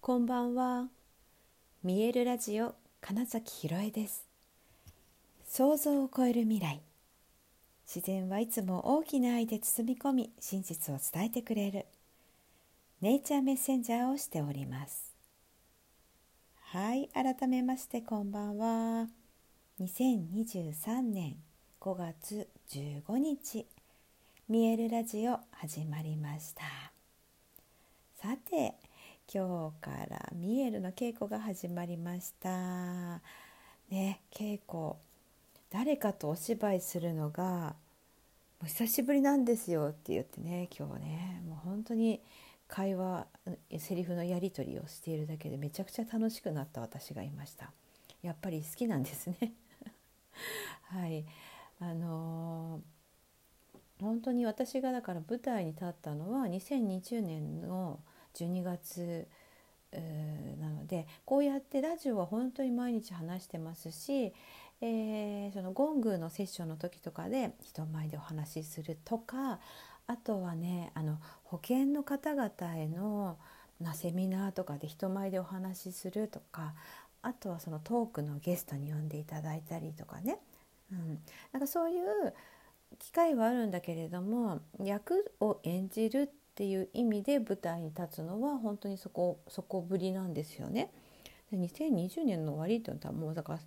こんばんは。見えるラジオ金崎ひろえです。想像を超える未来。自然はいつも大きな愛で包み込み、真実を伝えてくれるネイチャーメッセンジャーをしております。はい、改めましてこんばんは。2023年5月15日、見えるラジオ始まりました。さて、今日から見えるの稽古が始まりましたね。稽古、誰かとお芝居するのがもう久しぶりなんですよって言ってね、今日ね、もう本当に会話、セリフのやり取りをしているだけでめちゃくちゃ楽しくなった私がいました。やっぱり好きなんですねはい、本当に私がだから舞台に立ったのは2020年の12月なので、こうやってラジオは本当に毎日話してますし、そのゴングのセッションの時とかで人前でお話しするとか、あとはね、保険の方々への、セミナーとかで人前でお話しするとか、あとはそのトークのゲストに呼んでいただいたりとかね、なんかそういう機会はあるんだけれども、役を演じるっていう意味で舞台に立つのは本当にそこぶりなんですよね。で2020年の終わりっていうのはもうだから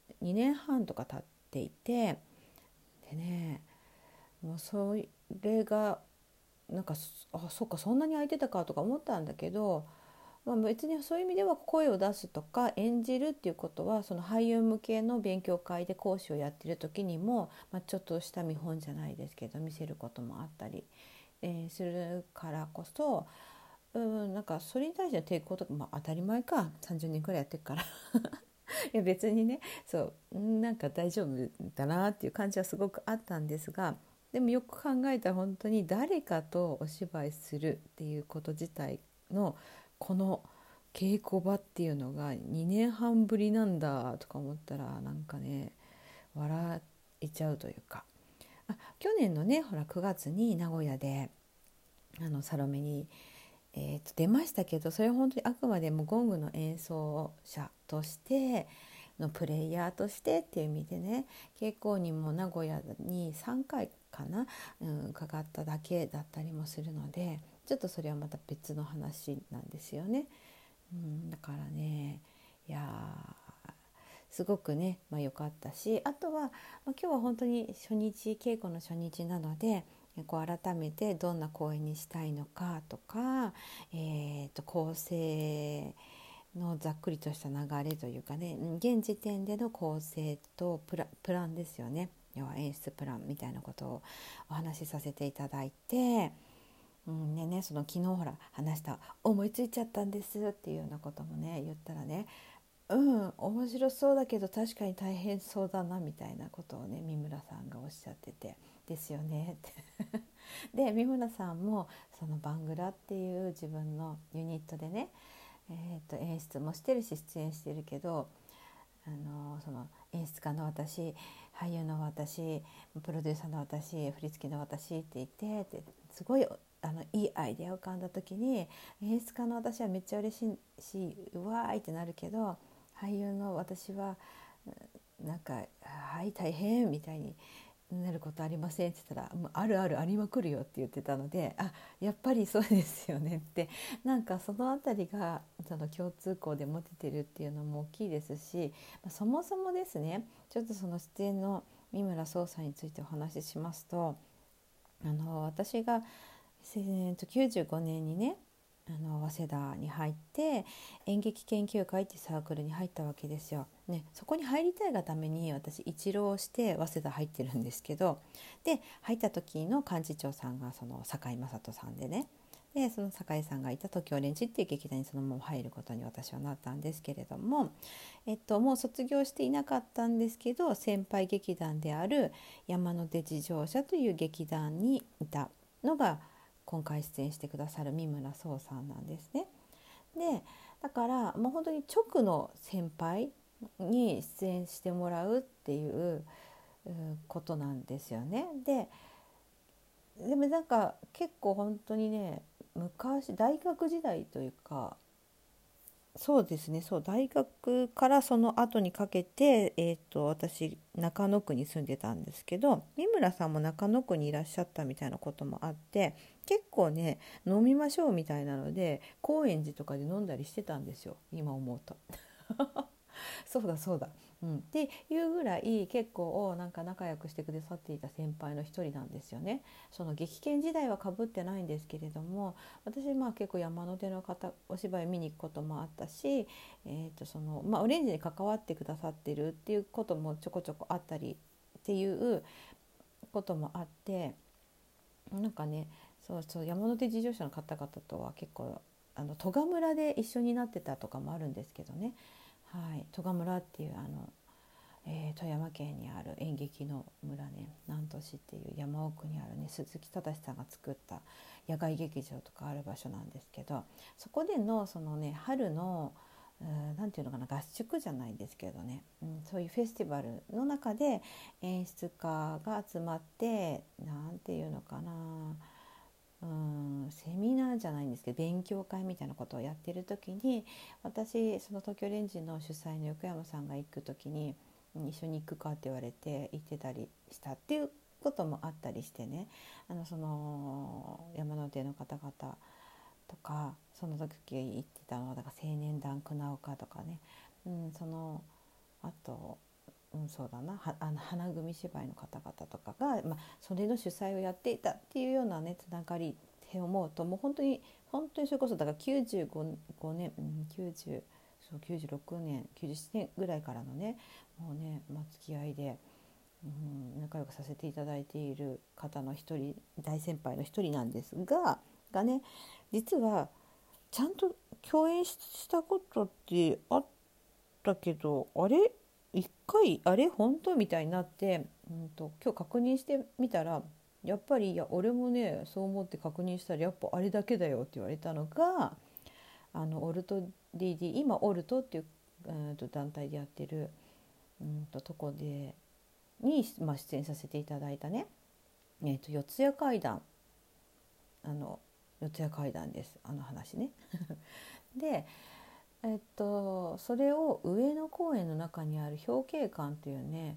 2年半とか経っていて、でね、もうそれがなんか、そっか、そんなに空いてたかとか思ったんだけど、別にそういう意味では声を出すとか演じるっていうことは、その俳優向けの勉強会で講師をやってる時にも、ちょっとした見本じゃないですけど見せることもあったり、するからこそ、なんかそれに対しての抵抗とか、当たり前か、30年くらいやってるからいや別にね、そうなんか大丈夫だなっていう感じはすごくあったんですが、でもよく考えたら本当に誰かとお芝居するっていうこと自体のこの稽古場っていうのが2年半ぶりなんだとか思ったら、なんかね、笑えちゃうというか、去年のね、ほら9月に名古屋でサロメに、出ましたけど、それは本当にあくまでもゴングの演奏者としてのプレイヤーとしてっていう意味でね、稽古にも名古屋に3回かな、伺っただけだったりもするので、ちょっとそれはまた別の話なんですよね。だからね、いやすごくね、良かったし、あとは、今日は本当に稽古の初日なので、こう改めてどんな公演にしたいのかとか、構成のざっくりとした流れというかね、現時点での構成とプランですよね。要は演出プランみたいなことをお話しさせていただいて、でね、その昨日ほら話した思いついちゃったんですっていうようなこともね言ったらね、面白そうだけど確かに大変そうだなみたいなことをね、三村さんがおっしゃってて、ですよねってで、三村さんもそのバングラっていう自分のユニットでね、演出もしてるし出演してるけど、その演出家の私、俳優の私、プロデューサーの私、振り付けの私って言って、すごいいいアイデアを浮かんだ時に、演出家の私はめっちゃ嬉しいし、うわーいってなるけど、俳優の私はなんかはい大変みたいになることありませんって言ったら、あるあるありまくるよって言ってたので、やっぱりそうですよねって、なんかそのあたりがその共通項で持ててるっていうのも大きいですし、そもそもですね、ちょっとその出演の三村壮さんについてお話ししますと、私が95年にね、早稲田に入って演劇研究会っていうサークルに入ったわけですよ、ね、そこに入りたいがために私一浪して早稲田入ってるんですけど、で入った時の幹事長さんがその堺雅人さんでね、でその堺さんがいた東京レンジっていう劇団にそのまま入ることに私はなったんですけれども、もう卒業していなかったんですけど、先輩劇団である山手事情社という劇団にいたのが今回出演してくださる三村壮さんなんですね。でだからもう本当に直の先輩に出演してもらうっていうことなんですよね。でもなんか結構本当にね、昔大学時代というかそうですね、そう大学からその後にかけて、私中野区に住んでたんですけど、三村さんも中野区にいらっしゃったみたいなこともあって、結構ね飲みましょうみたいなので高円寺とかで飲んだりしてたんですよ、今思うと。そうだそうだ、っていうぐらい結構なんか仲良くしてくださっていた先輩の一人なんですよね。その激研時代はかぶってないんですけれども、私結構山手の方お芝居見に行くこともあったし、オレンジに関わってくださってるっていうこともちょこちょこあったりっていうこともあって、なんかね、そうそう、山手自動車の方々とは結構戸賀村で一緒になってたとかもあるんですけどね。はい、戸賀村っていう富山県にある演劇の村ね、南砺市っていう山奥にあるね、鈴木忠さんが作った野外劇場とかある場所なんですけど、そこでのそのね春のなんていうのかな、合宿じゃないですけどね、そういうフェスティバルの中で演出家が集まって、なんていうのかな、セミナーじゃないんですけど勉強会みたいなことをやってる時に、私その東京レンジの主催の横山さんが行く時に、一緒に行くかって言われて行ってたりしたっていうこともあったりしてね、その山手の方々とか、その時行ってたのはだから青年団久直岡とかね、そのあと、そうだな、花組芝居の方々とかが、それの主催をやっていたっていうようなねつながりって思うと、もう本当に本当にそれこそだから95年、90そう96年97年ぐらいからのね、もうね、付き合いで、仲良くさせていただいている方の一人、大先輩の一人なんですがね、実はちゃんと共演したことってあったけど、あれ一回あれ本当みたいになって、今日確認してみたら、やっぱりいや俺もねそう思って確認したらやっぱあれだけだよって言われたのが、オルト DD、 今オルトっていう、団体でやってる、とこで出演させていただいたね、四谷怪談、四谷怪談です、あの話ね。で、それを上野公園の中にある表慶館というね、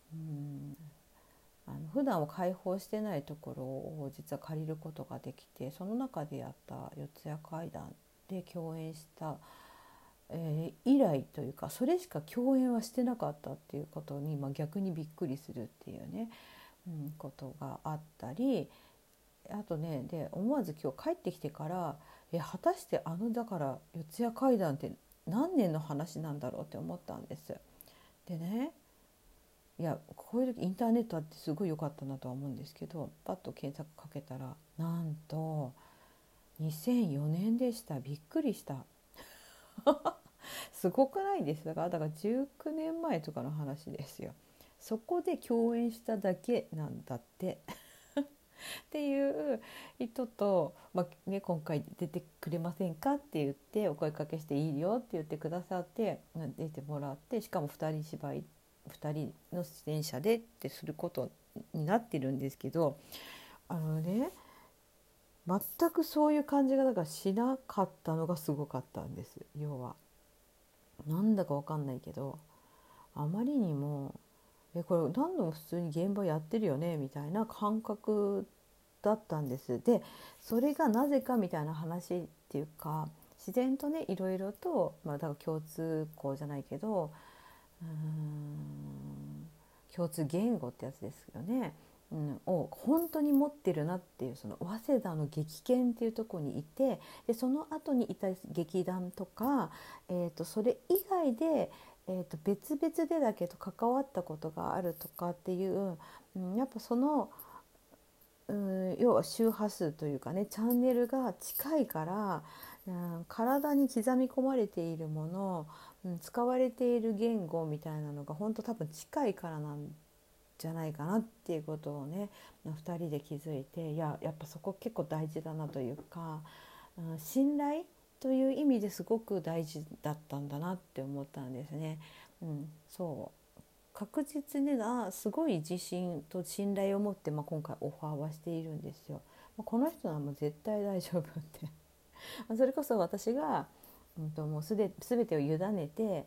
普段は開放してないところを実は借りることができて、その中でやった四谷怪談で共演した、以来というか、それしか共演はしてなかったっていうことに、逆にびっくりするっていうね、ことがあったり、あとね、で思わず今日帰ってきてから、果たしてだから四谷怪談って何年の話なんだろうって思ったんです。でね、いやこういう時インターネットあってすごい良かったなとは思うんですけど、パッと検索かけたらなんと2004年でした。びっくりした。すごくないですだから19年前とかの話ですよ。そこで共演しただけなんだってっていう人と、今回出てくれませんかって言ってお声かけしていいよって言ってくださって、出てもらって、しかも2人芝居2人の出演者でってすることになってるんですけど、あのね全くそういう感じがだからしなかったのがすごかったんです。要はなんだか分かんないけど、あまりにもこれ何度も普通に現場やってるよねみたいな感覚だったんです。でそれがなぜかみたいな話っていうか、自然とねいろいろと、だから共通項じゃないけど、共通言語ってやつですよね、を本当に持ってるなっていう、その早稲田の劇研っていうところにいて、でその後にいた劇団とか、それ以外で、別々でだけど関わったことがあるとかっていう、やっぱその、要は周波数というかね、チャンネルが近いから、体に刻み込まれているもの、使われている言語みたいなのが本当多分近いからなんじゃないかなっていうことをね、2人で気づいて、やっぱそこ結構大事だなというか、信頼という意味ですごく大事だったんだなって思ったんですね。そう確実にすごい自信と信頼を持って、今回オファーはしているんですよ。この人はもう絶対大丈夫ってそれこそ私がもう全てを委ねて、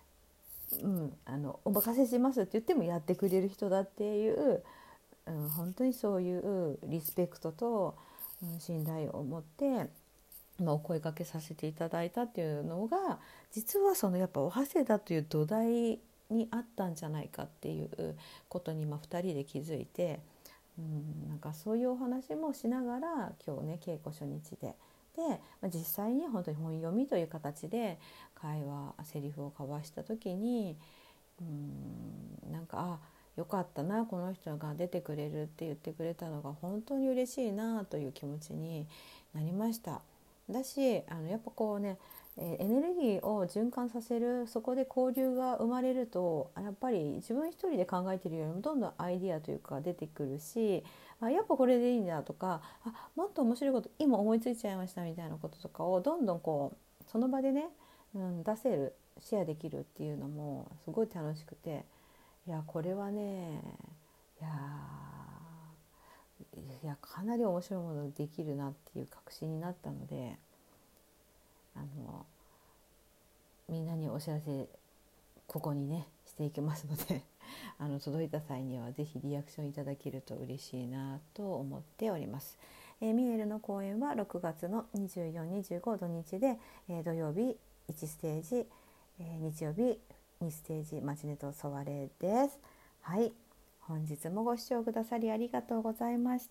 お任せしますって言ってもやってくれる人だっていう、本当にそういうリスペクトと、信頼を持って、お声掛けさせていただいたっていうのが、実はそのやっぱお長谷だという土台にあったんじゃないかっていうことに2人で気づいて、なんかそういうお話もしながら今日ね稽古初日で、実際に本当に本読みという形でセリフを交わした時に、なんかよかったな、この人が出てくれるって言ってくれたのが本当に嬉しいなという気持ちになりました。だしやっぱこうね、エネルギーを循環させる、そこで交流が生まれると、やっぱり自分一人で考えているよりもどんどんアイディアというか出てくるし、やっぱこれでいいんだとか、もっと面白いこと今思いついちゃいましたみたいなこととかをどんどんこうその場でね、出せる、シェアできるっていうのもすごい楽しくて、いやこれはね、いやかなり面白いものできるなっていう確信になったので、みんなにお知らせここにねしていきますので届いた際にはぜひリアクションいただけると嬉しいなと思っております。ミエルの公演は6月の24、25土日で、土曜日1ステージ、日曜日2ステージ、マチネとソワレです。はい、本日もご視聴くださりありがとうございました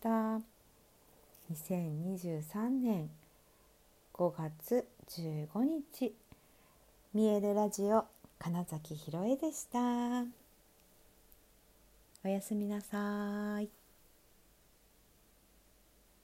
。2023年5月15日ミエルラジオ金崎ひろえでした。おやすみなさい。